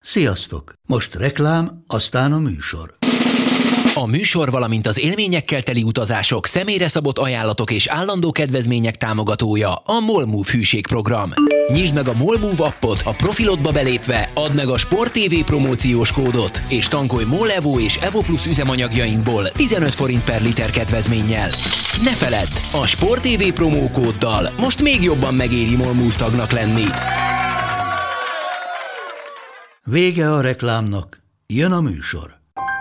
Sziasztok! Most reklám, aztán a műsor. A műsor, valamint az élményekkel teli utazások, személyre szabott ajánlatok és állandó kedvezmények támogatója a MOL Move hűségprogram. Nyisd meg a MOL Move appot, a profilodba belépve add meg a Sport TV promóciós kódot, és tankolj MOL Evo és Evo Plus üzemanyagjainkból 15 forint per liter kedvezménnyel. Ne feledd, a Sport TV promókóddal most még jobban megéri MOL Move tagnak lenni. Vége a reklámnak, jön a műsor.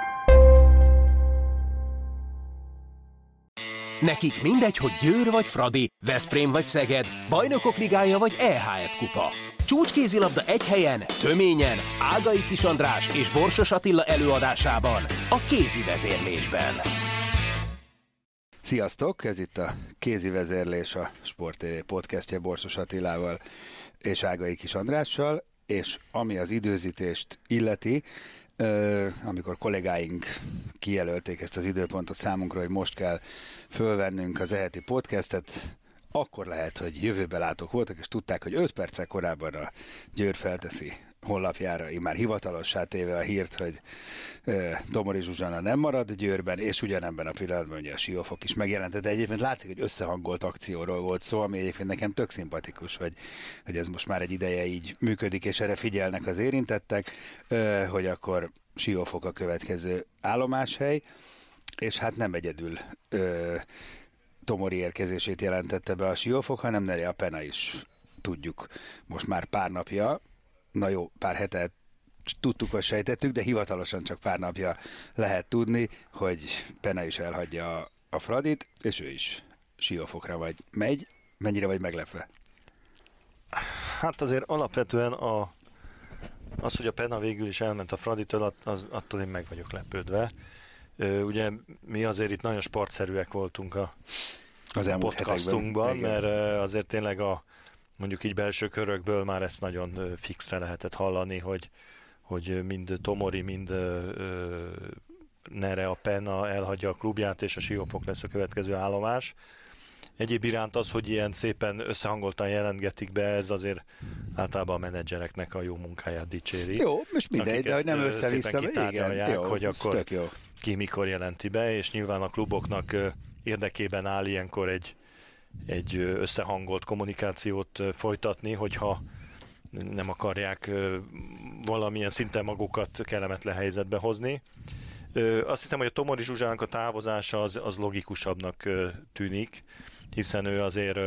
Nekik mindegy, hogy Győr vagy Fradi, Veszprém vagy Szeged, Bajnokok Ligája vagy EHF kupa. Csúcskézilabda egy helyen, töményen, Ágai Kis András és Borsos Attila előadásában, a Kézi Vezérlésben. Sziasztok, ez itt a Kézi Vezérlés, a Sport TV podcastje Borsos Attilával és Ágai Kis Andrással, és ami az időzítést illeti, amikor kollégáink kijelölték ezt az időpontot számunkra, hogy most kell fölvennünk az eheti podcastet, akkor lehet, hogy jövőbe látók voltak, és tudták, hogy 5 perccel korábban a Győr felteszi honlapjára, már hivatalossá téve a hírt, hogy Tomori Zsuzsana nem marad Győrben, és ugyanebben a pillanatban ugye a Siófok is megjelent, de egyébként látszik, hogy összehangolt akcióról volt szó, ami egyébként nekem tök szimpatikus, hogy ez most már egy ideje így működik, és erre figyelnek az érintettek, hogy akkor Siófok a következő állomáshely, és hát nem egyedül Tomori érkezését jelentette be a Siófok, hanem Nerea Pena is, tudjuk most már pár napja, na jó, pár hete tudtuk, hogy sejtettük, de hivatalosan csak pár napja lehet tudni, hogy Pena is elhagyja a Fradit, és ő is Siófokra megy. Mennyire vagy meglepve? Hát azért alapvetően az, hogy a Pena végül is elment a Fraditől, attól én meg vagyok lepődve. Ugye mi azért itt nagyon sportszerűek voltunk az podcastunkban, mert azért tényleg mondjuk így belső körökből már ezt nagyon fixre lehetett hallani, hogy mind Tomori, mind Nerea Pena elhagyja a klubját, és a Siófok lesz a következő állomás. Egyéb iránt az, hogy ilyen szépen összehangoltan jelentgetik be, ez azért általában a menedzsereknek a jó munkáját dicséri. Jó, most mindegy, de hogy nem össze-vissza, igen, jó, hogy akkor jó. Ki mikor jelenti be, és nyilván a kluboknak érdekében áll ilyenkor egy összehangolt kommunikációt folytatni, hogyha nem akarják valamilyen szinten magukat kellemetlen helyzetbe hozni. Azt hiszem, hogy a Tomori Zsuzsának a távozása az logikusabbnak tűnik, hiszen ő azért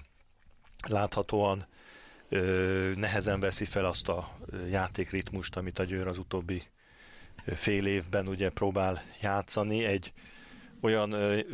láthatóan nehezen veszi fel azt a játékritmust, amit a Győr az utóbbi fél évben ugye próbál játszani. Egy olyan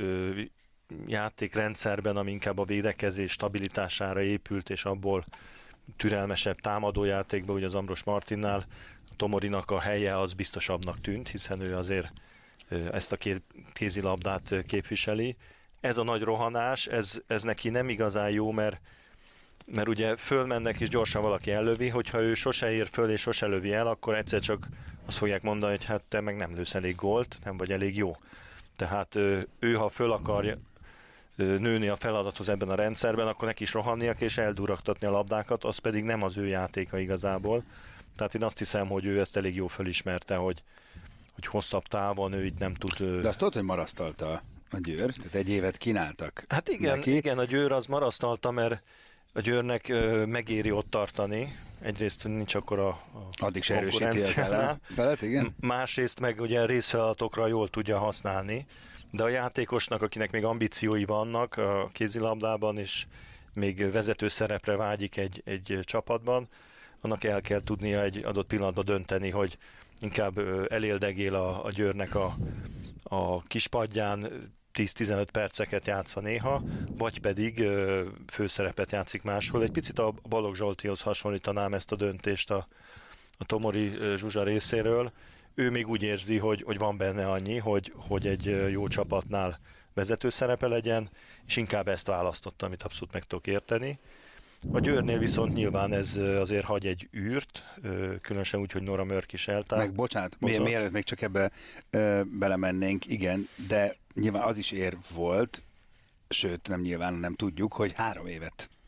játékrendszerben, ami inkább a védekezés stabilitására épült, és abból türelmesebb támadójátékban, ugye az Ambros Martinnál a Tomorinak a helye az biztosabbnak tűnt, hiszen ő azért ezt a kézilabdát képviseli. Ez a nagy rohanás, ez neki nem igazán jó, mert ugye fölmennek és gyorsan valaki ellövi, hogyha ő sose ér föl és sose lövi el, akkor egyszer csak azt fogják mondani, hogy hát te meg nem lősz elég gólt, nem vagy elég jó. Tehát ő ha föl akar nőni a feladathoz ebben a rendszerben, akkor neki is rohannia és eldurraktatni a labdákat, az pedig nem az ő játéka igazából. Tehát én azt hiszem, hogy ő ezt elég jól fölismerte, hogy hosszabb távon ő itt nem tud... De azt tudod, hogy marasztalta a Győr? Tehát egy évet kínáltak. Hát igen, a Győr az marasztalta, mert a Győrnek megéri ott tartani. Egyrészt nincs akkor a addig se erősíti a felet, igen. Másrészt meg ugye részfeladatokra jól tudja használni. De a játékosnak, akinek még ambíciói vannak a kézilabdában, és még vezető szerepre vágyik egy csapatban, annak el kell tudnia egy adott pillanatban dönteni, hogy inkább eléldegél a Győrnek a kispadján 10-15 perceket játszva néha, vagy pedig főszerepet játszik máshol. Egy picit a Balogh Zsoltihoz hasonlítanám ezt a döntést a Tomori Zsuzsa részéről. Ő még úgy érzi, hogy van benne annyi, hogy egy jó csapatnál vezető szerepe legyen, és inkább ezt választotta, amit abszolút meg tudok érteni. A Győrnél viszont nyilván ez azért hagy egy űrt, különösen úgy, hogy Nora Mörk is eltárt. Meg bocsánat, mielőtt még csak ebbe belemennénk, igen, de nyilván az is érv volt, sőt nem nyilván, nem tudjuk, hogy 3 évet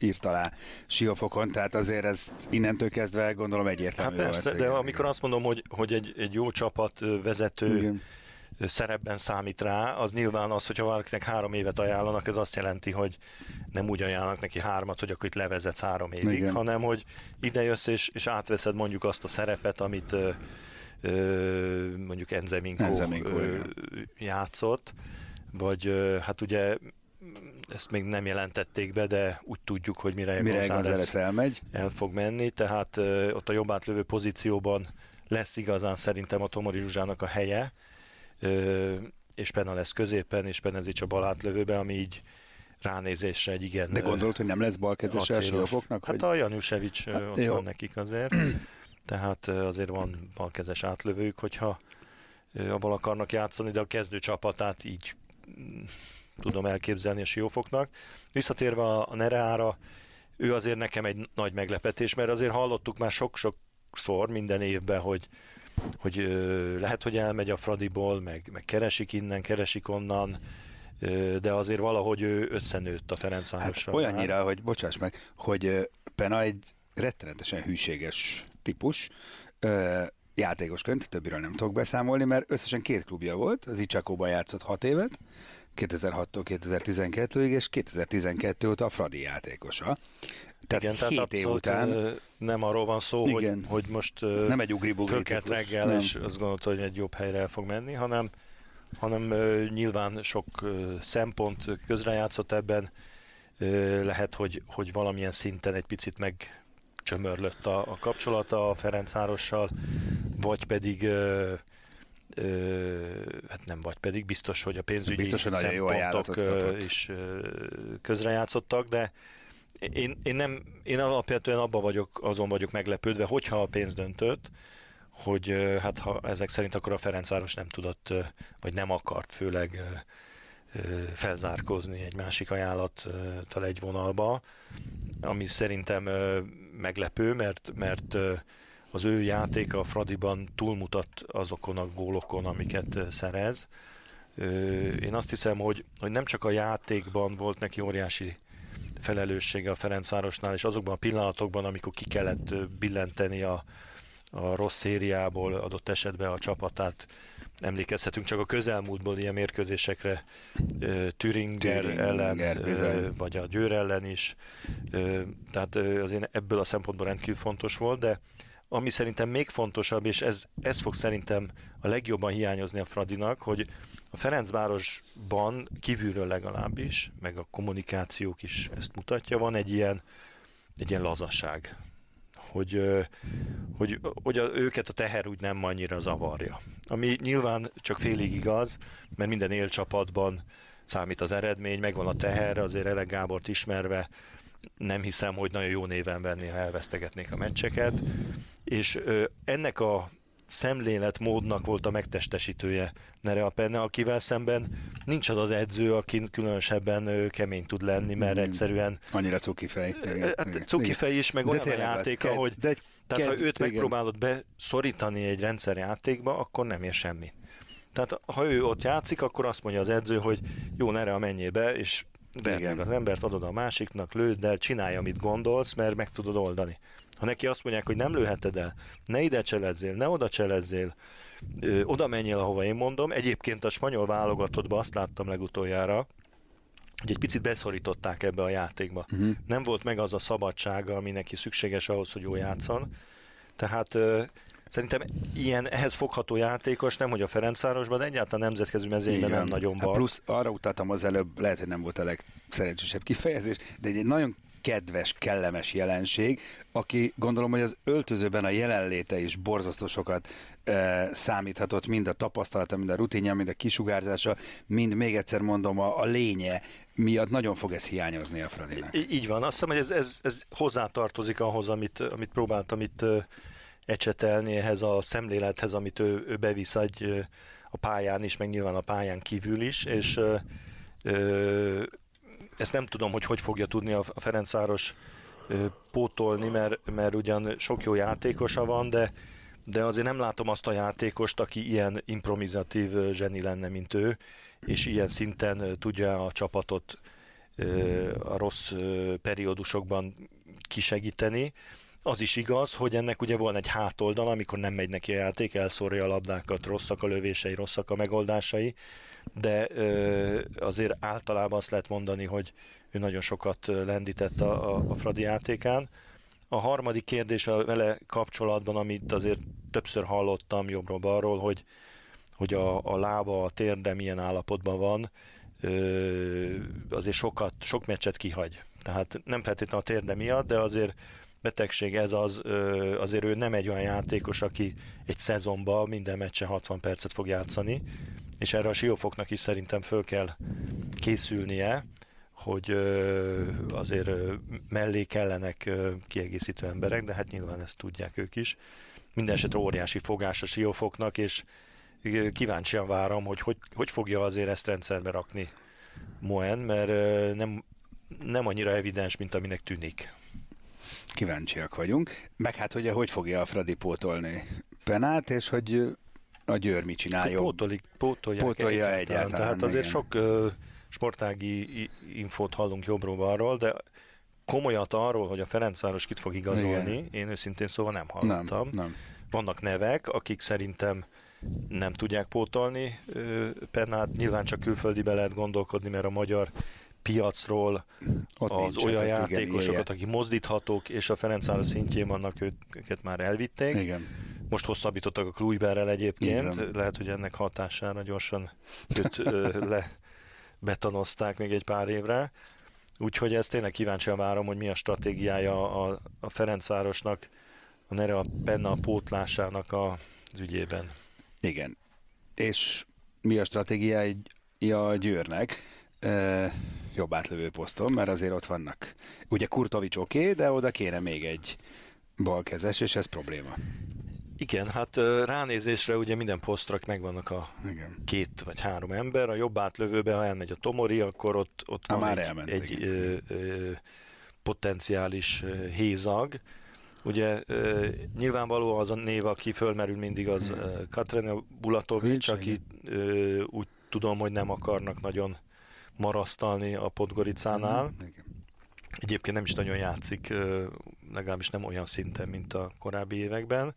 írt alá Siófokon, tehát azért ez innentől kezdve gondolom egyértelmű. Hát persze, de amikor azt mondom, hogy egy jó csapat vezető igen. szerepben számít rá, az nyilván az, hogyha valakinek 3 évet ajánlanak, ez azt jelenti, hogy nem úgy ajánlanak neki 3, hogy akkor itt levezetsz 3 évig, igen. hanem hogy ide jössz és átveszed mondjuk azt a szerepet, amit mondjuk Ence Minko játszott, vagy hát ugye ezt még nem jelentették be, de úgy tudjuk, hogy mire González elmegy. El fog menni, tehát ott a jobb átlövő pozícióban lesz igazán szerintem a Tomori Zsuzsának a helye, és Penna lesz középen, és Penezics a bal átlövőbe, ami így ránézésre egy igen... De gondolod, hogy nem lesz balkezes a Siófoknak? Hát a Janusevics ott van nekik azért, tehát azért van balkezes átlövők, hogyha abban akarnak játszani, de a kezdő csapatát így tudom elképzelni a Siófoknak. Visszatérve a Nereára, ő azért nekem egy nagy meglepetés, mert azért hallottuk már sok-sokszor minden évben, hogy lehet, hogy elmegy a Fradiból, meg keresik innen, keresik onnan, de azért valahogy ő összenőtt a Ferencvárossal. Hát olyannyira, hogy bocsáss meg, hogy Penna egy rettenetesen hűséges típus, játékosként, többiről nem tudok beszámolni, mert összesen 2 klubja volt, az Icsakóban játszott 6 évet, 2006-tól 2012-ig, és 2012 óta a Fradi játékosa. Tehát igen, 7 év után nem arról van szó, hogy most nem egy ugri-bugri fölkelt reggel, nem. És azt gondolta, hogy egy jobb helyre el fog menni, hanem nyilván sok szempont közrejátszott ebben, lehet, hogy valamilyen szinten egy picit megcsömörlött a kapcsolata a Ferencvárossal, vagy pedig hát nem vagy pedig, biztos, hogy a pénzügyi szempontok is közrejátszottak, de én alapvetően azon vagyok meglepődve, hogyha a pénz döntött, hogy hát ha ezek szerint akkor a Ferencváros nem tudott, vagy nem akart főleg felzárkózni egy másik ajánlattal egy vonalba, ami szerintem meglepő, mert az ő játéka a Fradiban túlmutat azokon a gólokon, amiket szerez. Én azt hiszem, hogy nem csak a játékban volt neki óriási felelőssége a Ferencvárosnál, és azokban a pillanatokban, amikor ki kellett billenteni a rossz szériából adott esetben a csapatát. Emlékezhetünk csak a közelmúltból ilyen mérkőzésekre, Thüringer ellen, vagy a Győr ellen is. Tehát azért ebből a szempontból rendkívül fontos volt, de ami szerintem még fontosabb, és ez fog szerintem a legjobban hiányozni a Fradinak, hogy a Ferencvárosban kívülről legalábbis, meg a kommunikációk is ezt mutatja, van egy ilyen lazaság, hogy őket a teher úgy nem annyira zavarja. Ami nyilván csak félig igaz, mert minden élcsapatban számít az eredmény, megvan a teher, azért Elek Gábort ismerve nem hiszem, hogy nagyon jó néven venni, ha elvesztegetnék a meccseket, és ennek a szemléletmódnak volt a megtestesítője Nerea Penna, akivel szemben nincs az edző, aki különösebben kemény tud lenni, mert egyszerűen... Annyira cukifej. Hát cukifej is, meg olyan a játéka, hogy... Tehát ha őt megpróbálod beszorítani egy rendszerjátékba, akkor nem ér semmi. Tehát ha ő ott játszik, akkor azt mondja az edző, hogy jó, Nerea, menjél be, és verd meg az embert, adod a másiknak, lőd el, csinálj, amit gondolsz, mert meg tudod oldani. Ha neki azt mondják, hogy nem lőheted el, ne ide cselezzél, ne oda cselezzél, oda menjél, ahova én mondom. Egyébként a spanyol válogatottban azt láttam legutoljára, hogy egy picit beszorították ebbe a játékba. Nem volt meg az a szabadsága, ami neki szükséges ahhoz, hogy jól játszon. Tehát szerintem ehhez fogható játékos, nem hogy a Ferencvárosban, de egyáltalán nemzetközi mezőnyben nem nagyon van. Plusz arra utaltam az előbb, lehet, hogy nem volt a legszerencsésebb kifejezés, de egy nagyon kedves, kellemes jelenség, aki gondolom, hogy az öltözőben a jelenléte is borzasztó sokat számíthatott, mind a tapasztalata, mind a rutinja, mind a kisugárzása, mind még egyszer mondom, a lénye miatt nagyon fog ez hiányozni a Fradinak. Így van, azt hiszem, hogy ez hozzátartozik ahhoz, amit próbáltam itt ecsetelni, ehhez a szemlélethez, amit ő bevisz a pályán is, meg nyilván a pályán kívül is, és ezt nem tudom, hogy fogja tudni a Ferencváros pótolni, mert ugyan sok jó játékosa van, de azért nem látom azt a játékost, aki ilyen improvizatív zseni lenne, mint ő, és ilyen szinten tudja a csapatot a rossz periódusokban kisegíteni. Az is igaz, hogy ennek ugye van egy hátoldal, amikor nem megy neki a játék, elszórja a labdákat, rosszak a lövései, rosszak a megoldásai, de azért általában azt lehet mondani, hogy ő nagyon sokat lendített a Fradi játékán. A harmadik kérdés a vele kapcsolatban, amit azért többször hallottam jobbról-balról, hogy a lába, a térde milyen állapotban van, azért sok meccset kihagy. Tehát nem feltétlenül a térde miatt, de azért betegség ez azért ő nem egy olyan játékos, aki egy szezonban minden meccsen 60 percet fog játszani, és erre a Siófoknak is szerintem föl kell készülnie, hogy azért mellé kellenek kiegészítő emberek, de hát nyilván ezt tudják ők is. Mindenesetre óriási fogás a Siófoknak, és kíváncsian várom, hogy fogja azért ezt rendszerbe rakni Moen, mert nem annyira evidens, mint aminek tűnik. Kíváncsiak vagyunk. Meg hát, hogy fogja a Fradi pótolni Penát, és hogy a Győr mit csinál pótolja egyáltalán. Tehát azért sok sportági infót hallunk jobbról-balról, de komolyat arról, hogy a Ferencváros kit fog igazolni, igen. Én őszintén szóval nem hallottam. Nem. Vannak nevek, akik szerintem nem tudják pótolni Penát, nyilván csak külföldibe lehet gondolkodni, mert a magyar piacról ott az olyan játékosokat, akik mozdíthatók, és a Ferencváros szintjén vannak, őket már elvitték. Igen. Most hosszabbítottak a Kluiberrel egyébként, igen. Lehet, hogy ennek hatására gyorsan őt betanozták még egy pár évre. Úgyhogy ezt tényleg kíváncsian várom, hogy mi a stratégiája a Ferencvárosnak a Penna pótlásának az ügyében. Igen. És mi a stratégiája a Győrnek? Jobb átlövő poszton, mert azért ott vannak. Ugye Kurtovics oké, de oda kéne még egy balkezes, és ez probléma. Igen, hát ránézésre ugye minden posztra megvannak a igen. 2 vagy 3 ember. A jobb átlövőbe, ha elmegy a Tomori, akkor ott van már egy potenciális hézag. Ugye nyilvánvaló az a név, aki fölmerül mindig, az Katrina Bulatovics, aki úgy tudom, hogy nem akarnak nagyon marasztalni a Podgoricánál. Egyébként nem is nagyon játszik, legalábbis nem olyan szinten, mint a korábbi években.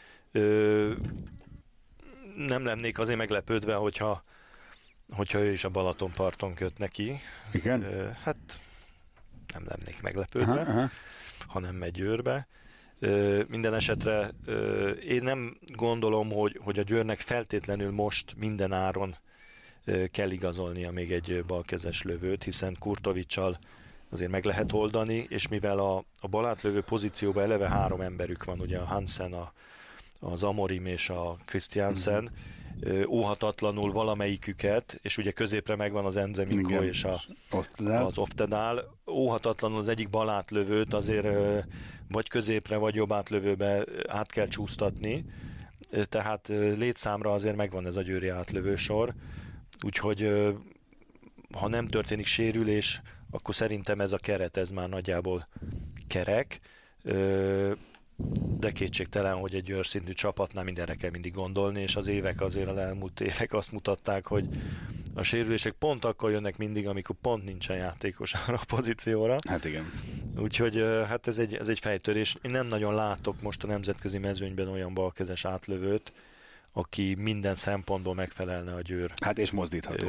Nem lennék azért meglepődve, hogyha ő is a Balatonparton köt neki. Igen? Hát nem lennék meglepődve, ha nem megy Győrbe. Minden esetre én nem gondolom, hogy a Győrnek feltétlenül most minden áron kell igazolnia még egy balkezes lövőt, hiszen Kurtovicsal azért meg lehet oldani, és mivel a balátlövő pozícióban eleve 3 emberük van, ugye a Hansen, az Amorim és a Christiansen, óhatatlanul valamelyiküket, és ugye középre megvan az Enze Mikko és az Oftedal, óhatatlanul az egyik balátlövőt azért vagy középre, vagy jobb átlövőbe át kell csúsztatni, tehát létszámra azért megvan ez a győri átlövősor, úgyhogy ha nem történik sérülés, akkor szerintem ez a keret, ez már nagyjából kerek, de kétségtelen, hogy egy Győr szintű csapatnál mindenre kell mindig gondolni, és az évek azért az elmúlt évek azt mutatták, hogy a sérülések pont akkor jönnek mindig, amikor pont nincsen játékos arra a pozícióra. Hát igen. Úgyhogy hát ez egy fejtörés. Én nem nagyon látok most a nemzetközi mezőnyben olyan balkezes átlövőt, aki minden szempontból megfelelne a Győr. Hát és mozdítható.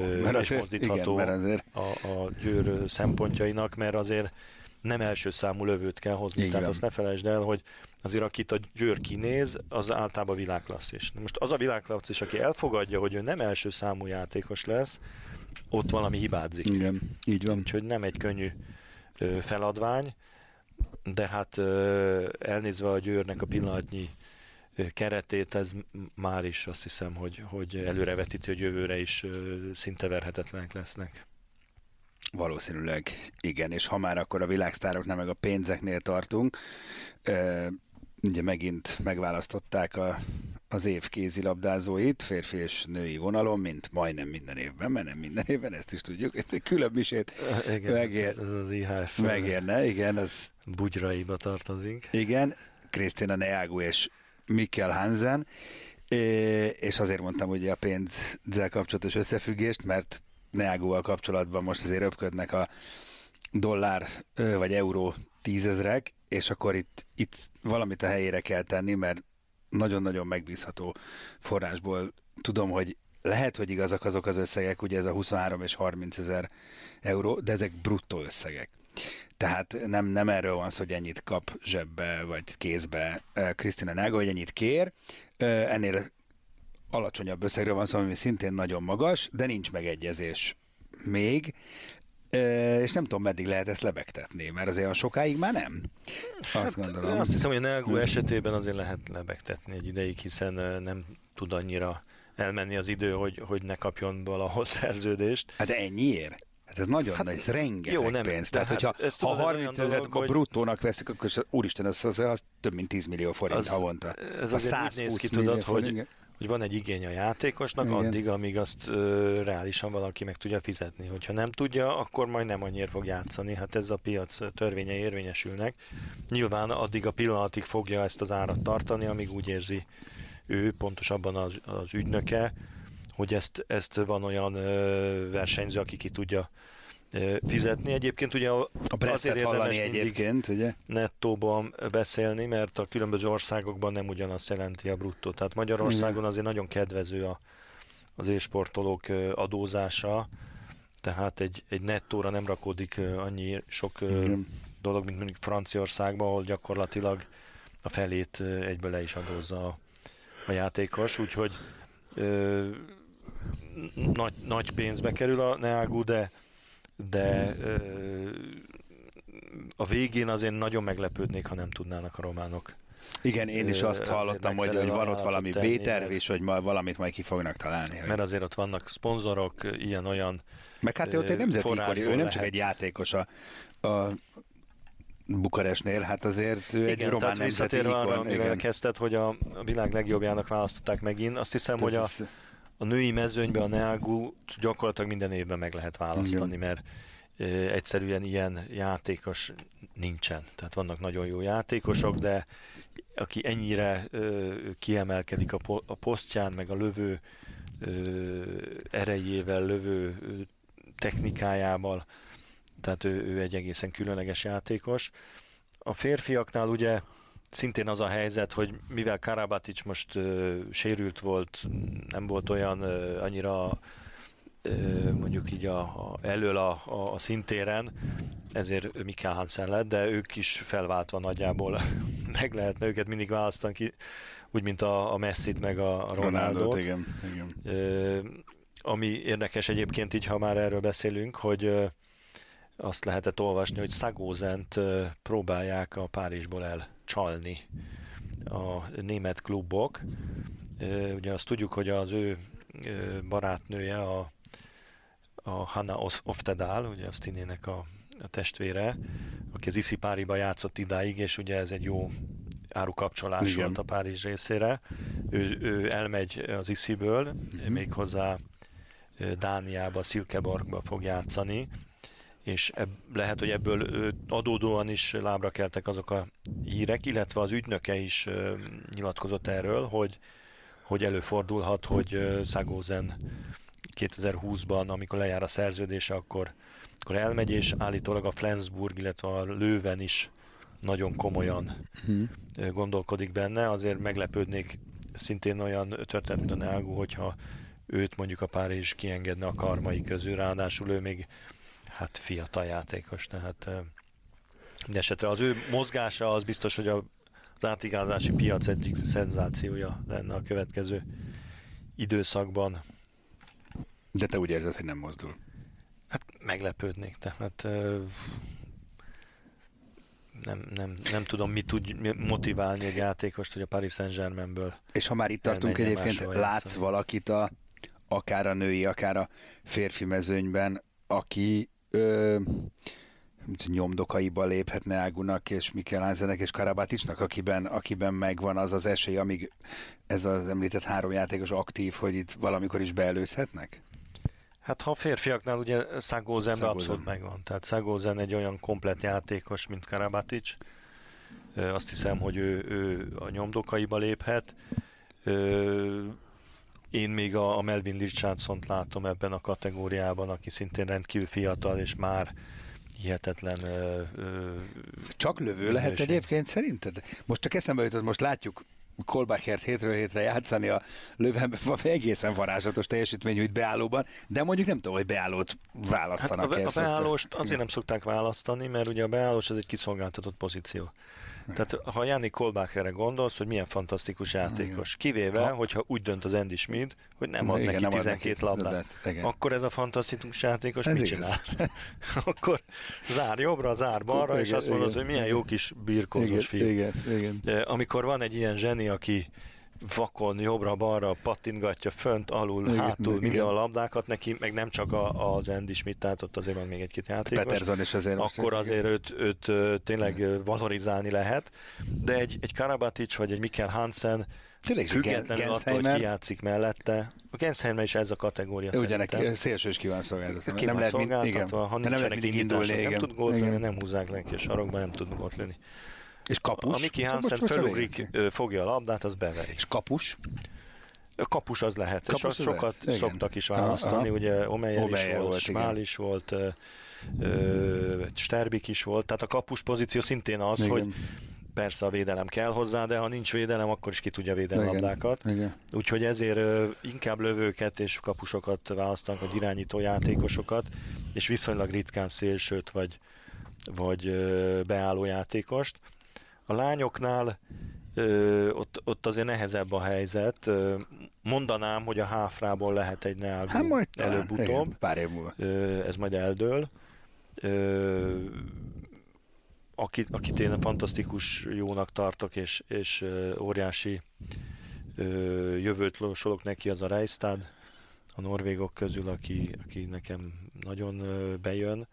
A Győr szempontjainak, mert azért nem első számú lövőt kell hozni. Tehát azt ne felejtsd el, hogy azért akit a Győr kinéz, az általában világklasszis. Most az a világklasszis, aki elfogadja, hogy ő nem első számú játékos lesz, ott valami hibázik. Igen, így van. Úgyhogy nem egy könnyű feladvány, de hát elnézve a Győrnek a pillanatnyi keretét, ez már is azt hiszem, hogy előrevetíti, hogy jövőre is szinte verhetetlenek lesznek. Valószínűleg igen, és ha már akkor a világsztároknál meg a pénzeknél tartunk, ugye megint megválasztották az év kézilabdázóit, férfi és női vonalon, mint majdnem minden évben, mert nem minden évben, ezt is tudjuk, ezt egy külön misét ez az IHF megérne, igen. Az bugyraiba tartozik. Igen, Krisztina Neagu és Mikkel Hansen, és azért mondtam ugye a pénzzel kapcsolatos összefüggést, mert Neaguval kapcsolatban most azért röpködnek dollár vagy euró 10 000, és akkor itt valamit a helyére kell tenni, mert nagyon-nagyon megbízható forrásból tudom, hogy lehet, hogy igazak azok az összegek, ugye ez a 23 és 30 000 euró, de ezek bruttó összegek. Tehát nem erről van szó, hogy ennyit kap zsebbe vagy kézbe Krisztina Nága, hogy ennyit kér. Ennél alacsonyabb összegről van szó, ami szintén nagyon magas, de nincs megegyezés még, és nem tudom, meddig lehet ezt lebegtetni, mert azért a sokáig már nem. Azt gondolom. Azt hiszem, hogy a Nága esetében azért lehet lebegtetni egy ideig, hiszen nem tud annyira elmenni az idő, hogy ne kapjon valahol szerződést. Hát de ennyiért? Hát ez nagyon nagy, ez rengeteg jó, nem, pénz. Tehát, hát ha 30 000 akkor bruttónak veszik, akkor úristen, az több mint 10 millió forint havonta. Ez azért úgy néz ki, tudod, hogy van egy igény a játékosnak, igen, addig, amíg azt reálisan valaki meg tudja fizetni. Hogyha nem tudja, akkor majd nem annyira fog játszani. Hát ez a piac törvényei érvényesülnek. Nyilván addig a pillanatig fogja ezt az árat tartani, amíg úgy érzi ő, pontosabban az ügynöke, hogy ezt van olyan versenyző, aki ki tudja fizetni. Egyébként ugye a Brestet hallani egyébként, ugye? Nettóban beszélni, mert a különböző országokban nem ugyanazt jelenti a bruttó. Tehát Magyarországon azért nagyon kedvező az e-sportolók adózása, tehát egy nettóra nem rakódik annyi sok dolog, mint mondjuk Franciaországban, ahol gyakorlatilag a felét egyből le is adózza a játékos, úgyhogy nagy pénzbe kerül a NEAGU, de a végén azért nagyon meglepődnék, ha nem tudnának a románok. Igen, én is azt hallottam, hogy van ott valami B-terv, és hogy valamit majd ki fognak találni. Mert azért ott vannak szponzorok, ilyen-olyan meg hát ott egy nemzeti ikoni, ő nem csak egy játékos a Bukarestnél, hát azért ő egy román nemzeti ikon. Arra, amivel kezdted, hogy a világ legjobbjának választották megint, azt hiszem, hogy a női mezőnyben a NEAGU gyakorlatilag minden évben meg lehet választani, mert egyszerűen ilyen játékos nincsen. Tehát vannak nagyon jó játékosok, de aki ennyire kiemelkedik a posztján, meg a lövő erejével, lövő technikájával, tehát ő egy egészen különleges játékos. A férfiaknál ugye szintén az a helyzet, hogy mivel Karabatic most sérült volt, nem volt olyan annyira mondjuk így elől a szintéren, ezért Mikkel Hansen lett, de ők is felváltva nagyjából meg lehetne őket mindig választani ki, úgy, mint a Messit meg a Ronaldot. Igen. Ami érdekes egyébként így, ha már erről beszélünk, hogy azt lehetett olvasni, hogy Szagózent próbálják a Párizsból elcsalni a német klubok. Ugye azt tudjuk, hogy az ő barátnője, a Hanna Oftedal, ugye a Stinének a testvére, aki az ISI Páriba játszott idáig, és ugye ez egy jó árukapcsolás volt a Párizs részére. Ő elmegy az ISI-ből, méghozzá Dániába, Silkeborgba fog játszani, és lehet, hogy ebből adódóan is lábra keltek azok a hírek, illetve az ügynöke is nyilatkozott erről, hogy előfordulhat, hogy Szagózen 2020-ban, amikor lejár a szerződése, akkor elmegy, és állítólag a Flensburg, illetve a Leuven is nagyon komolyan gondolkodik benne. Azért meglepődnék szintén olyan történet, mint a NEAGU, hogyha őt mondjuk a Párizs kiengedne a karmai közül, ráadásul ő még hát fiatal játékos, tehát mindesetre az ő mozgása az biztos, hogy az átigazolási piac egyik szenzációja lenne a következő időszakban. De te úgy érzed, hogy nem mozdul? Hát meglepődnék, tehát nem tudom, mi tud motiválni egy játékost, hogy a Paris Saint-Germainből. És ha már itt tartunk egyébként, látsz valakit akár a női, akár a férfi mezőnyben, aki nyomdokaiba léphetne Águnak és Mikkel Hansennek és Karabaticnak, akiben megvan az esély, amíg ez az említett három játékos aktív, hogy itt valamikor is beelőzhetnek? Hát ha a férfiaknál ugye Szagózenben abszolút megvan. Tehát Szagózen egy olyan komplett játékos, mint Karabatic. Azt hiszem, hogy ő a nyomdokaiba léphet. Én még a Melvin Richardsont látom ebben a kategóriában, aki szintén rendkívül fiatal, és már hihetetlen... Csak lövő lehet egyébként szerinted? Most csak eszembe jutott, most látjuk Kolbachert hétről hétre játszani a Löwenben, egészen varázslatos teljesítményű itt beállóban, de mondjuk nem tudom, hogy beállót választanak. Hát a beállóst azért nem szokták választani, mert ugye a beállós az egy kiszolgáltatott pozíció. Tehát ha Jannik Kolbacherre gondolsz, hogy milyen fantasztikus játékos, kivéve, hogyha úgy dönt az Andy Schmidt, hogy nem ad neki 12 labdát, akkor ez a fantasztikus játékos mit csinál? Akkor zár jobbra, zár balra, és azt mondod, hogy milyen jó kis birkózós fiú. Amikor van egy ilyen zseni, aki vakon, jobbra-balra pattintgatja fönt, alul, hátul minden a labdákat neki, meg nem csak az Andy Schmidt, tehát ott azért van még egy-két játékos. Peterson is azért. Akkor azért őt tényleg valorizálni lehet, de egy Karabatic vagy egy Mikkel Hansen függetlenül attól, hogy ki játszik mellette. A Gensheimer is ez a kategória szerintem. Szélső is ki van szolgáltatva. Ki van szolgáltatva, ha nincsenek indítások, nem tud gólt lőni, nem húzzák neki a sarokba, nem tud gólt lőni. És kapus? A Miki Hansen fölugrik, fogja a labdát, az beveri. És kapus? A kapus az lehet, kapus és azt sokat szoktak is választani, ugye Omeyer is volt, Smál is volt, Sterbik is volt, tehát a kapus pozíció szintén az, hogy persze a védelem kell hozzá, de ha nincs védelem, akkor is ki tudja védeni labdákat. Úgyhogy ezért inkább lövőket és kapusokat választanak, vagy irányító játékosokat, és viszonylag ritkán szélsőt vagy beálló játékost. A lányoknál ott azért nehezebb a helyzet. Mondanám, hogy a Háfrából lehet egy Neagu előbb-utóbb. Pár év múlva. Ez majd eldől. Akit én fantasztikus jónak tartok, és óriási jövőt lósolok neki, az a Reistad, a norvégok közül, aki nekem nagyon bejön.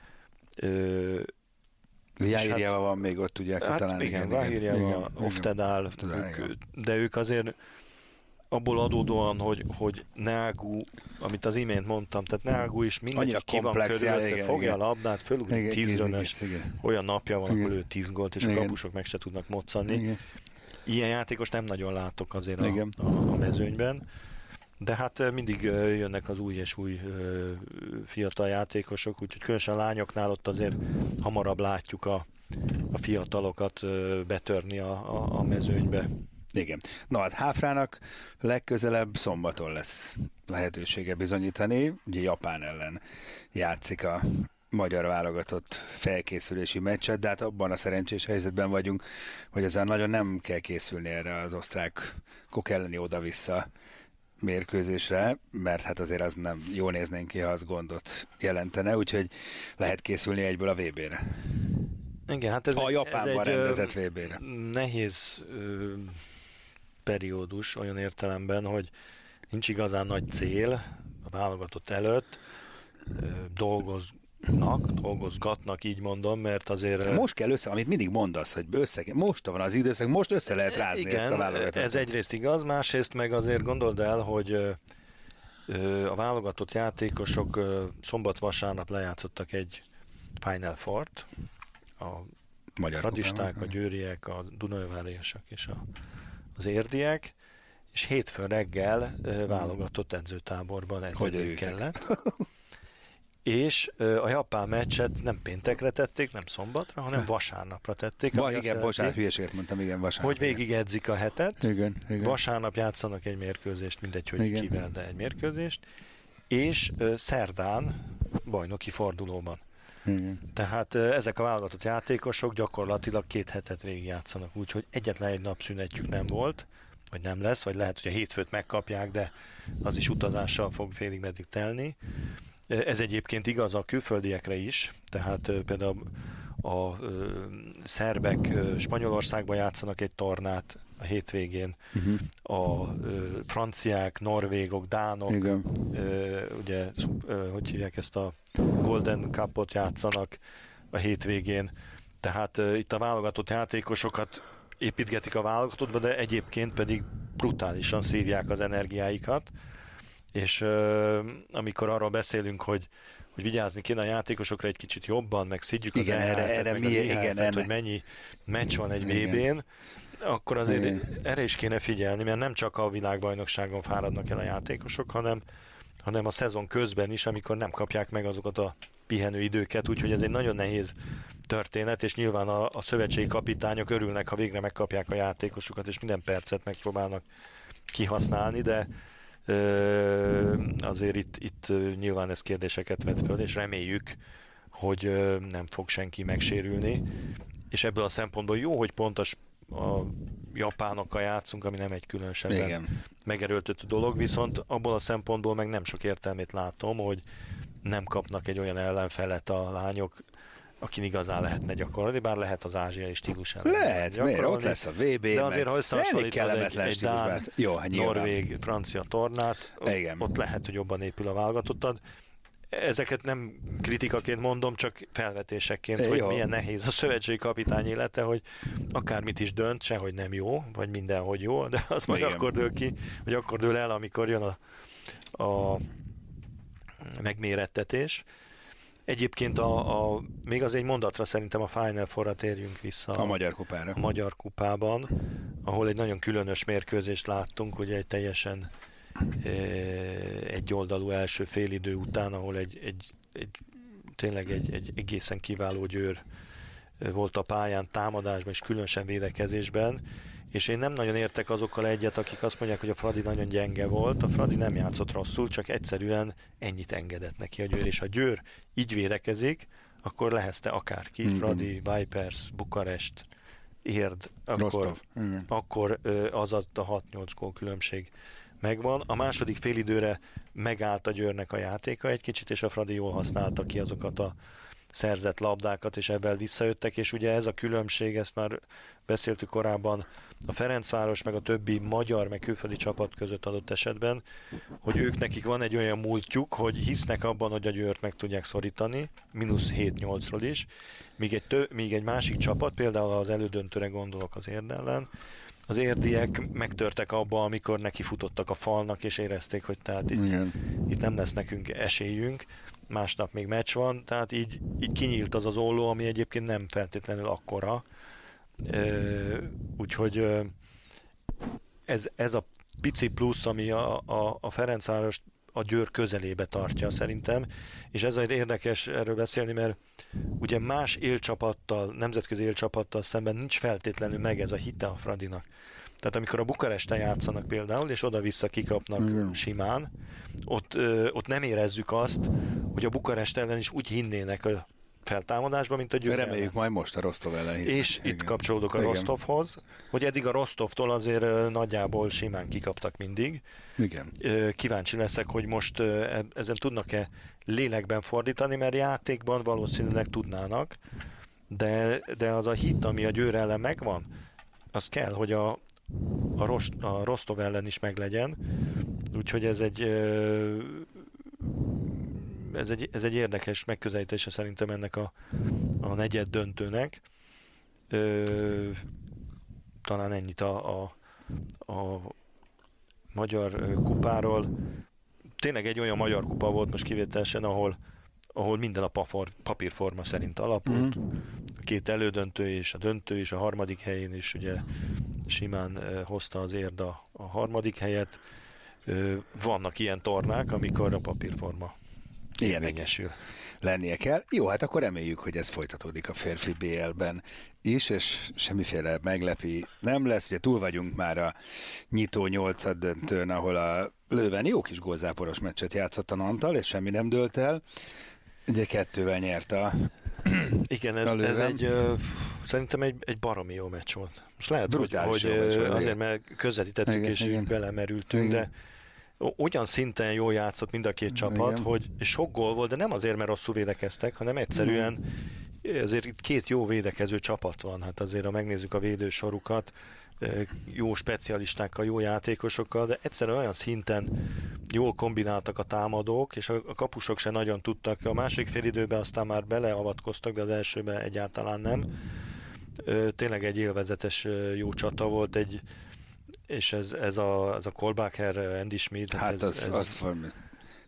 Jáírjával van még ott, ugye talán. Igen, Jáírjával, Oftedal, de ők azért abból adódóan, hogy Neagu, amit az imént mondtam, tehát Neagu is mindenki ki van körülötte, fogja a labdát, fölugrik 10-rönes, olyan napja van, akkor ő 10 gólt, és a kapusok meg se tudnak moccani. Ilyen játékos nem nagyon látok azért a mezőnyben. De hát mindig jönnek az új és új fiatal játékosok, úgyhogy különösen a lányoknál ott azért hamarabb látjuk a fiatalokat betörni a mezőnybe. Igen. Na hát Háfrának legközelebb szombaton lesz lehetősége bizonyítani. Ugye Japán ellen játszik a magyar válogatott felkészülési meccset, de hát abban a szerencsés helyzetben vagyunk, hogy ezzel nagyon nem kell készülni erre az osztrákok elleni oda-vissza mérkőzésre, mert hát azért az nem jól néznénk ki, ha az gondot jelentene, úgyhogy lehet készülni egyből a VB-re. Igen, hát ez Japánban rendezett VB-re. Nehéz periódus olyan értelemben, hogy nincs igazán nagy cél a válogatott előtt, dolgozgatnak, így mondom, mert azért... Most kell amit mindig mondasz, hogy most van az időszak, most össze lehet rázni igen, ezt a válogatot. Ez egyrészt igaz, másrészt meg azért gondold el, hogy a válogatott játékosok szombat-vasárnap lejátszottak egy Final Four-t, a radisták, a győriek, a dunaújvárosak és az érdiek, és hétfőn reggel válogatott edzőtáborban edzeni kellett. És a japán meccset nem péntekre tették, nem szombatra, hanem vasárnapra tették. Igen, bocsánat, hülyeséget mondtam, igen, vasárnap. Hogy végig edzik a hetet, igen. Vasárnap játszanak egy mérkőzést, mindegy, hogy kivel, de egy mérkőzést, és szerdán bajnoki fordulóban. Igen. Tehát ezek a válogatott játékosok gyakorlatilag 2 hetet végig játszanak, úgyhogy egyetlen egy napszünetjük nem volt, vagy nem lesz, vagy lehet, hogy a hétfőt megkapják, de az is utazással fog félig meddig telni. Ez egyébként igaz a külföldiekre is, tehát például a szerbek Spanyolországban játszanak egy tornát a hétvégén, a franciák, norvégok, dánok, ugye, hogy hívják ezt a Golden Cup-ot játszanak a hétvégén, tehát itt a válogatott játékosokat építgetik a válogatottba, de egyébként pedig brutálisan szívják az energiáikat, és amikor arról beszélünk, hogy vigyázni kéne a játékosokra egy kicsit jobban, meg szidjuk az hogy mennyi meccs van egy VB-n, akkor azért erre is kéne figyelni, mert nem csak a világbajnokságon fáradnak el a játékosok, hanem a szezon közben is, amikor nem kapják meg azokat a pihenő időket, úgyhogy ez egy nagyon nehéz történet, és nyilván a szövetségi kapitányok örülnek, ha végre megkapják a játékosukat, és minden percet megpróbálnak kihasználni, de azért itt nyilván ez kérdéseket vet föl, és reméljük, hogy nem fog senki megsérülni, és ebből a szempontból jó, hogy pont a japánokkal játszunk, ami nem egy különösebben megerőltető dolog, viszont abból a szempontból meg nem sok értelmét látom, hogy nem kapnak egy olyan ellenfelet a lányok, akin igazán lehetne gyakorolni, bár lehet az ázsiai stílus ellen. Lehet, miért? Ott lesz a VB, de azért, ha összehasonlítod egy dán, norvég, francia tornát, ott lehet, hogy jobban épül a válogatottad. Ezeket nem kritikaként mondom, csak felvetésekként, hogy milyen nehéz a szövetségi kapitány élete, hogy akármit is dönt, sehogy nem jó, vagy mindenhogy jó, de az majd akkor dől ki, vagy akkor dől el, amikor jön a megmérettetés. Egyébként még az egy mondatra szerintem a Final Four-ra térjünk vissza. A Magyar Kupára. A Magyar Kupában, ahol egy nagyon különös mérkőzést láttunk, ugye egy teljesen egyoldalú első félidő után, ahol tényleg egy egészen kiváló Győr volt a pályán támadásban és különösen védekezésben, és én nem nagyon értek azokkal egyet, akik azt mondják, hogy a Fradi nagyon gyenge volt. A Fradi nem játszott rosszul, csak egyszerűen ennyit engedett neki a Győr, és ha Győr így védekezik, akkor lehezte akárki, Fradi, Vipers, Bukarest, Érd, akkor az a 6-8 gól különbség megvan. A második félidőre megállt a Győrnek a játéka egy kicsit, és a Fradi jól használta ki azokat a szerzett labdákat, és ebben visszajöttek, és ugye ez a különbség, ezt már beszéltük korábban, a Ferencváros meg a többi magyar, meg külföldi csapat között adott esetben, hogy nekik van egy olyan múltjuk, hogy hisznek abban, hogy a Győrt meg tudják szorítani, -7-8-ról is, míg egy másik csapat, például az elődöntőre gondolok az Érd ellen, az érdiek megtörtek abba, amikor neki futottak a falnak, és érezték, hogy tehát itt nem lesz nekünk esélyünk, másnap még meccs van, tehát így kinyílt az olló, ami egyébként nem feltétlenül akkora. Úgyhogy ez a pici plusz, ami a Ferencvárost a Győr közelébe tartja szerintem, és ez érdekes erről beszélni, mert ugye más élcsapattal, nemzetközi élcsapattal szemben nincs feltétlenül meg ez a hite a Fradinak. Tehát amikor a Bukaresten játszanak például, és oda-vissza kikapnak simán, ott nem érezzük azt, hogy a Bukarest ellen is úgy hinnének a feltámadásban, mint a Győr ellen. Reméljük majd most a Rostov ellen hisznek. És itt kapcsolódok a Rostovhoz, hogy eddig a Rostovtól azért nagyjából simán kikaptak mindig. Igen. Kíváncsi leszek, hogy most ezen tudnak-e lélekben fordítani, mert játékban valószínűleg tudnának, de az a hit, ami a Győr ellen megvan, az kell, hogy a Rostov ellen is meglegyen. Úgyhogy ez egy érdekes megközelítése szerintem ennek a negyed döntőnek. Talán ennyit a Magyar Kupáról. Tényleg egy olyan Magyar Kupa volt most kivételesen, ahol minden a papírforma szerint alapult. A két elődöntő és a döntő is, a harmadik helyén is ugye simán hozta az Érd a harmadik helyet. Vannak ilyen tornák, amikor a papírforma érvényesül. Lennie kell. Jó, hát akkor reméljük, hogy ez folytatódik a férfi BL-ben is, és semmiféle meglepi nem lesz. Ugye túl vagyunk már a nyitó 8. döntőn, ahol a Löwen jó kis gólzáporos meccset játszott a Nantal, és semmi nem dőlt el. Ugye 2-vel nyert a igen, ez szerintem egy baromi jó meccs volt. Most lehet, hogy azért, mert közvetítettük és belemerültünk, de olyan szinten jól játszott mind a két csapat, hogy sok gól volt, de nem azért, mert rosszul védekeztek, hanem egyszerűen azért itt két jó védekező csapat van. Hát azért, ha megnézzük a védősorukat, jó specialistákkal, jó játékosokkal, de egyszerűen olyan szinten jól kombináltak a támadók, és a kapusok se nagyon tudtak. A második félidőben aztán már beleavatkoztak, de az elsőben egyáltalán nem. Tényleg egy élvezetes jó csata volt, és ez a Kolbacher, Andy Schmidt, hát ez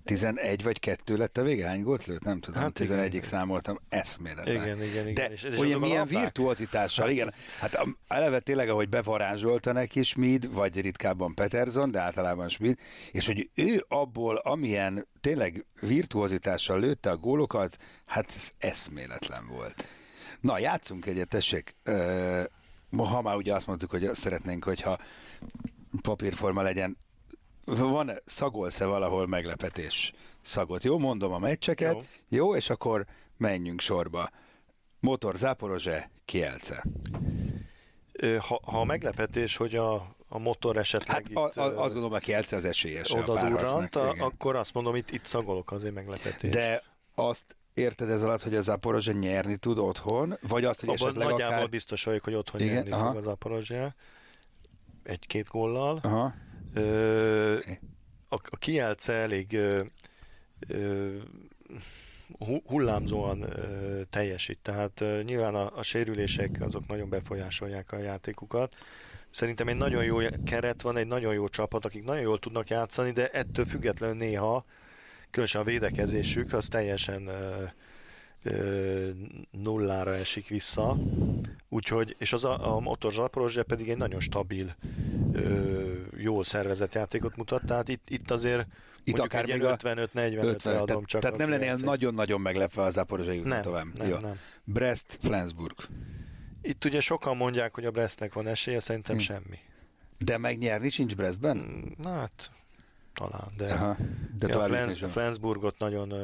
11 vagy 2 lett a vége? Hány gólt lőtt? Nem tudom, hát 11-ig számoltam, eszméletlen. Igen. De és olyan milyen virtuozitással, igen. Hát eleve tényleg, ahogy bevarázsolta neki Schmid, vagy ritkábban Peterson, de általában Schmid, és hogy ő abból, amilyen tényleg virtuozitással lőtte a gólokat, hát ez eszméletlen volt. Na, játszunk egyet, tessék. Ha már ugye azt mondtuk, hogy szeretnénk, hogyha papírforma legyen, szagolsz-e valahol meglepetés szagot? Jó, mondom a meccseket, jó, és akkor menjünk sorba. Motor Zaporozse, Kielce. Ha a meglepetés, hogy a motor esetleg hát azt gondolom, a Kielce az esélyes a párharcnak. Akkor azt mondom, itt szagolok azért meglepetés. De azt érted ez alatt, hogy a Zaporozse nyerni tud otthon? Vagy azt, hogy abban esetleg nagyjából akár... biztos vagyok, hogy otthon nyerni fog a Zaporozse. 1-2 góllal. Aha. A Kielce elég hullámzóan teljesít, tehát nyilván a sérülések azok nagyon befolyásolják a játékukat. Szerintem egy nagyon jó keret van, egy nagyon jó csapat, akik nagyon jól tudnak játszani, de ettől függetlenül néha, különösen a védekezésük, az teljesen nullára esik vissza. Úgyhogy, és a Motor Zaporozse pedig egy nagyon stabil, jól szervezett játékot mutat, tehát itt azért itt akár egy 55-45-re adom csak. Tehát nem lenne nagyon-nagyon meglepve a Zaporozse jutni tovább. Nem. Brest, Flensburg. Itt ugye sokan mondják, hogy a Brestnek van esélye, szerintem semmi. De megnyerni sincs Brestben? Na hát, talán, de a Flensburgot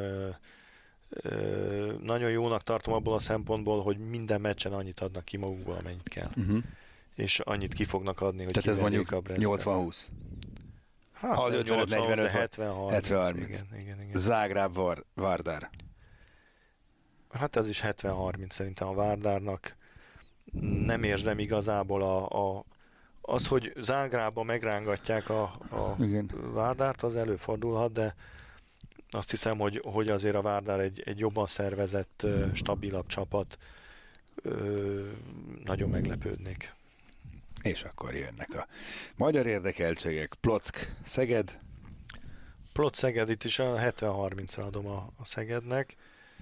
nagyon jónak tartom abból a szempontból, hogy minden meccsen annyit adnak ki magukból, amennyit kell. És annyit ki fognak adni, hogy tehát ez mondjuk a Brestet. 80-20. Hát 70-30. Igen. Zágráb, Vardar. Hát ez is 70-30 szerintem a Várdárnak. Nem érzem igazából az, hogy Zágrábban megrángatják a Várdárt, az előfordulhat, de azt hiszem, hogy azért a Várdár egy jobban szervezett, stabilabb csapat. Nagyon meglepődnék. És akkor jönnek a magyar érdekeltségek. Plock, Szeged. Plock, Szeged, itt is a 70-30-ra adom a Szegednek.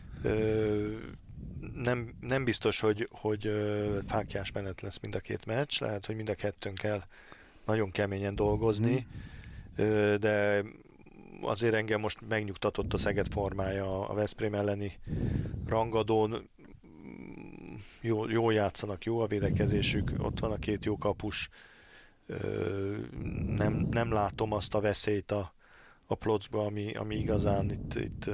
Nem biztos, hogy fáklyás menet lesz mind a két meccs. Lehet, hogy mind a kettőn kell nagyon keményen dolgozni, de azért engem most megnyugtatott a Szeged formája a Veszprém elleni rangadón. Jól játszanak, jó a védekezésük, ott van a két jó kapus. Nem látom azt a veszélyt a Plockba, ami igazán itt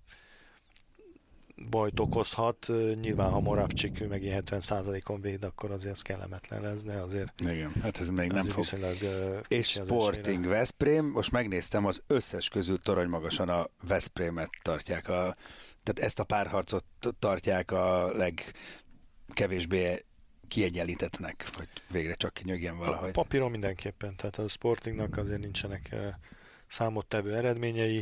bajt okozhat. Nyilván, ha Moravcsik meg ilyen 70%-on véd, akkor azért ez kellemetlen lesz, de azért... Igen, hát ez még nem fog. És Sporting Veszprém, most megnéztem, az összes közül toronymagasan a Veszprémet tartják, tehát ezt a párharcot tartják a legkevésbé kiegyenlítettnek, hogy végre csak kinyögjen valahogy. A papíron mindenképpen, tehát a Sportingnak azért nincsenek számottevő eredményei.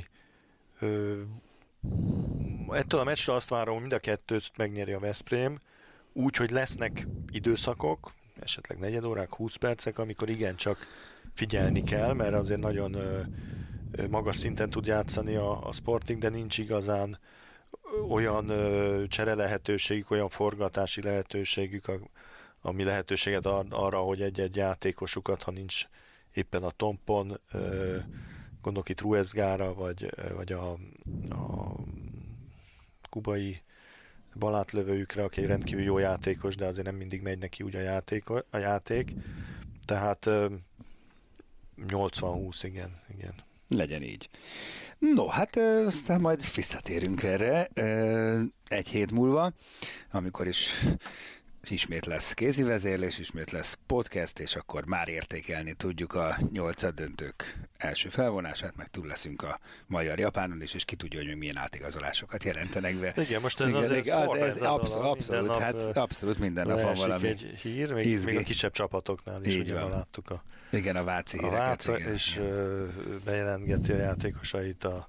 Ettől a meccsről azt várom, hogy mind a kettőt megnyeri a Veszprém, úgy, hogy lesznek időszakok, esetleg negyed órák, 20 percek, amikor igencsak figyelni kell, mert azért nagyon magas szinten tud játszani a Sporting, de nincs igazán olyan csere lehetőségük, olyan forgatási lehetőségük, ami lehetőséget ad arra, hogy egy játékosukat, ha nincs éppen a tompon, gondolok itt Ruezgára, vagy a kubai balátlövőjükre, aki egy rendkívül jó játékos, de azért nem mindig megy neki úgy a játék. Tehát 80-20, igen. Legyen így. No, hát aztán majd visszatérünk erre egy hét múlva, amikor ismét lesz kézivezérlés, ismét lesz podcast, és akkor már értékelni tudjuk a 8 döntők első felvonását, meg túl leszünk a magyar-japánon is, és ki tudja, hogy még milyen átigazolásokat jelentenek be. Igen, most ez abszolút minden nap van valami. Egy hír, még a kisebb csapatoknál is ugye láttuk igen, a váci híreket. A Váca, és bejelentgeti a játékosait a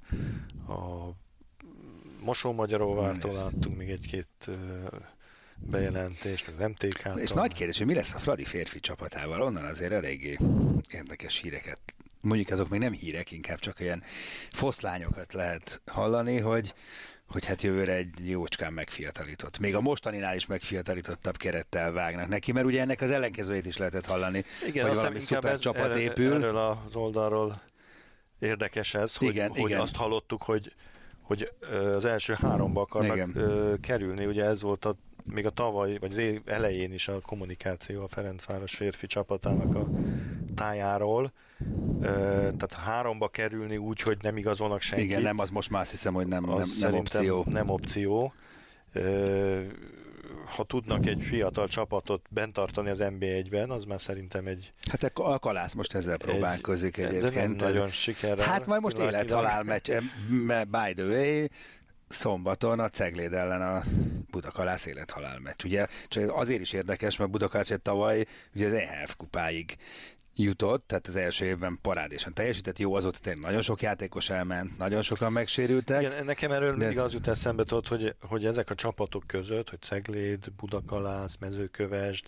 Mosó-Magyaróvártól láttunk még egy-két bejelentés, nem TK-tól. És nagy kérdés, hogy mi lesz a Fradi férfi csapatával, onnan azért eléggé érdekes híreket mondjuk azok még nem hírek, inkább csak ilyen foszlányokat lehet hallani, hogy hát jövőre egy jócskán megfiatalított. Még a mostaninál is megfiatalítottabb kerettel vágnak neki, mert ugye ennek az ellenkezőjét is lehetett hallani, igen, hogy valami szuper csapat épül. Erről az oldalról érdekes ez, hogy azt hallottuk, hogy az első 3-ba akarnak kerülni. Ugye ez volt még a tavaly, vagy az év elején is a kommunikáció a Ferencváros férfi csapatának a tájáról. Tehát 3-ba kerülni úgy, hogy nem igazolnak senkit. Igen, nem, az most már azt hiszem, hogy nem opció. Nem opció. Ha tudnak egy fiatal csapatot bent tartani az NB1-ben, az már szerintem egy... Hát a Kalász most ezzel próbálkozik egyébként. De nem nagyon sikerrel. Hát majd most élet-halál meccs, by the way, szombaton a Cegléd ellen a Budakalász élet-halál meccs. Ugye csak azért is érdekes, mert Budakalász tavaly ugye az EHF kupáig jutott, tehát az első évben parádésen teljesített. Jó, azóta tényleg nagyon sok játékos elment, nagyon sokan megsérültek. Igen, nekem erről mindig az jut eszembe, tudod, hogy ezek a csapatok között, hogy Cegléd, Budakalász, Mezőkövesd,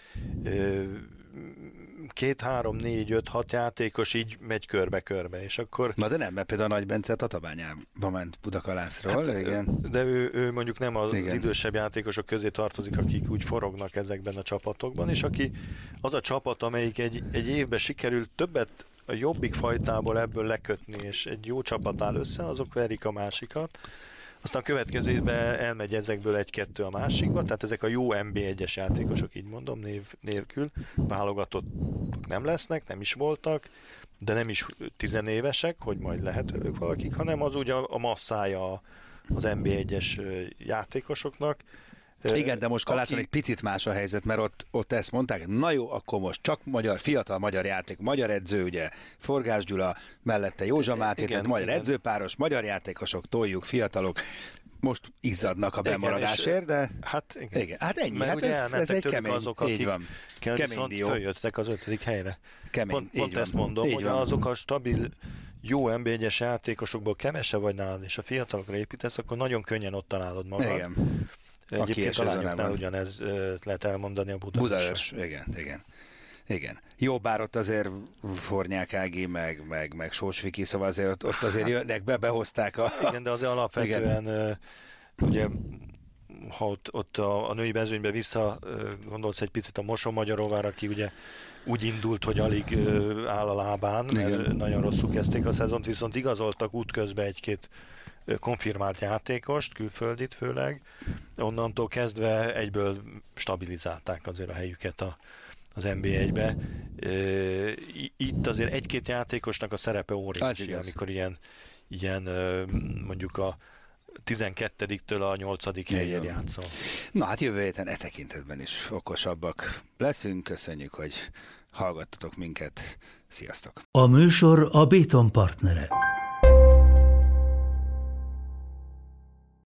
2, 3, 4, 5, 6 játékos így megy körbe-körbe, és akkor... Na de nem, mert például a Nagy Bence Tatabányába ment Budakalászról, hát, igen. De ő mondjuk nem az idősebb játékosok közé tartozik, akik úgy forognak ezekben a csapatokban, és aki az a csapat, amelyik egy évben sikerült többet a jobbik fajtából ebből lekötni, és egy jó csapat áll össze, azok verik a másikat. Aztán a következő évben elmegy ezekből 1-2 a másikba, tehát ezek a jó NB1-es játékosok, így mondom, név nélkül, válogatottak nem lesznek, nem is voltak, de nem is 10 évesek, hogy majd lehet velük valakik, hanem az ugye a masszája az NB1-es játékosoknak. Igen, de most Kalászon egy picit más a helyzet, mert ott ezt mondták, na jó, akkor most csak fiatal magyar játék, magyar edző, ugye Forgás Gyula, mellette Józsa Máté, tehát magyar edzőpáros, magyar játékosok, toljuk, fiatalok, most izzadnak a bemaradásért, de... Hát igen. Hát ennyi, mert hát ez egy kemény, azok, így van. Kemény dió. Följöttek az 5. helyre. Kemény, pont ezt mondom, hogy azok a stabil, jó NB1-es játékosokból kevesebb vagy nálad, és a fiatalokra építesz, akkor nagyon könnyen ott találod magad. Igen. Egyébként talányoknál ugyanez lehet elmondani a Budaörs. Igen. Jó, bár ott azért Fornyák Ági, meg Sós Viki, szóval azért ott azért jönnek behozták a... Igen, de azért alapvetően ugye, ha ott a női mezőnybe vissza gondolsz egy picit a Mosonmagyaróvára, aki ugye úgy indult, hogy alig áll a lábán, mert nagyon rosszul kezdték a szezont, viszont igazoltak útközben egy-két konfirmált játékost, külföldit főleg, onnantól kezdve egyből stabilizálták azért a helyüket az NB1-be. Itt azért egy-két játékosnak a szerepe óriási, amikor ilyen mondjuk a 12-től a 8. helyen játszol. Na hát jövő héten tekintetben is okosabbak leszünk. Köszönjük, hogy hallgattatok minket. Sziasztok! A műsor a Béton partnere.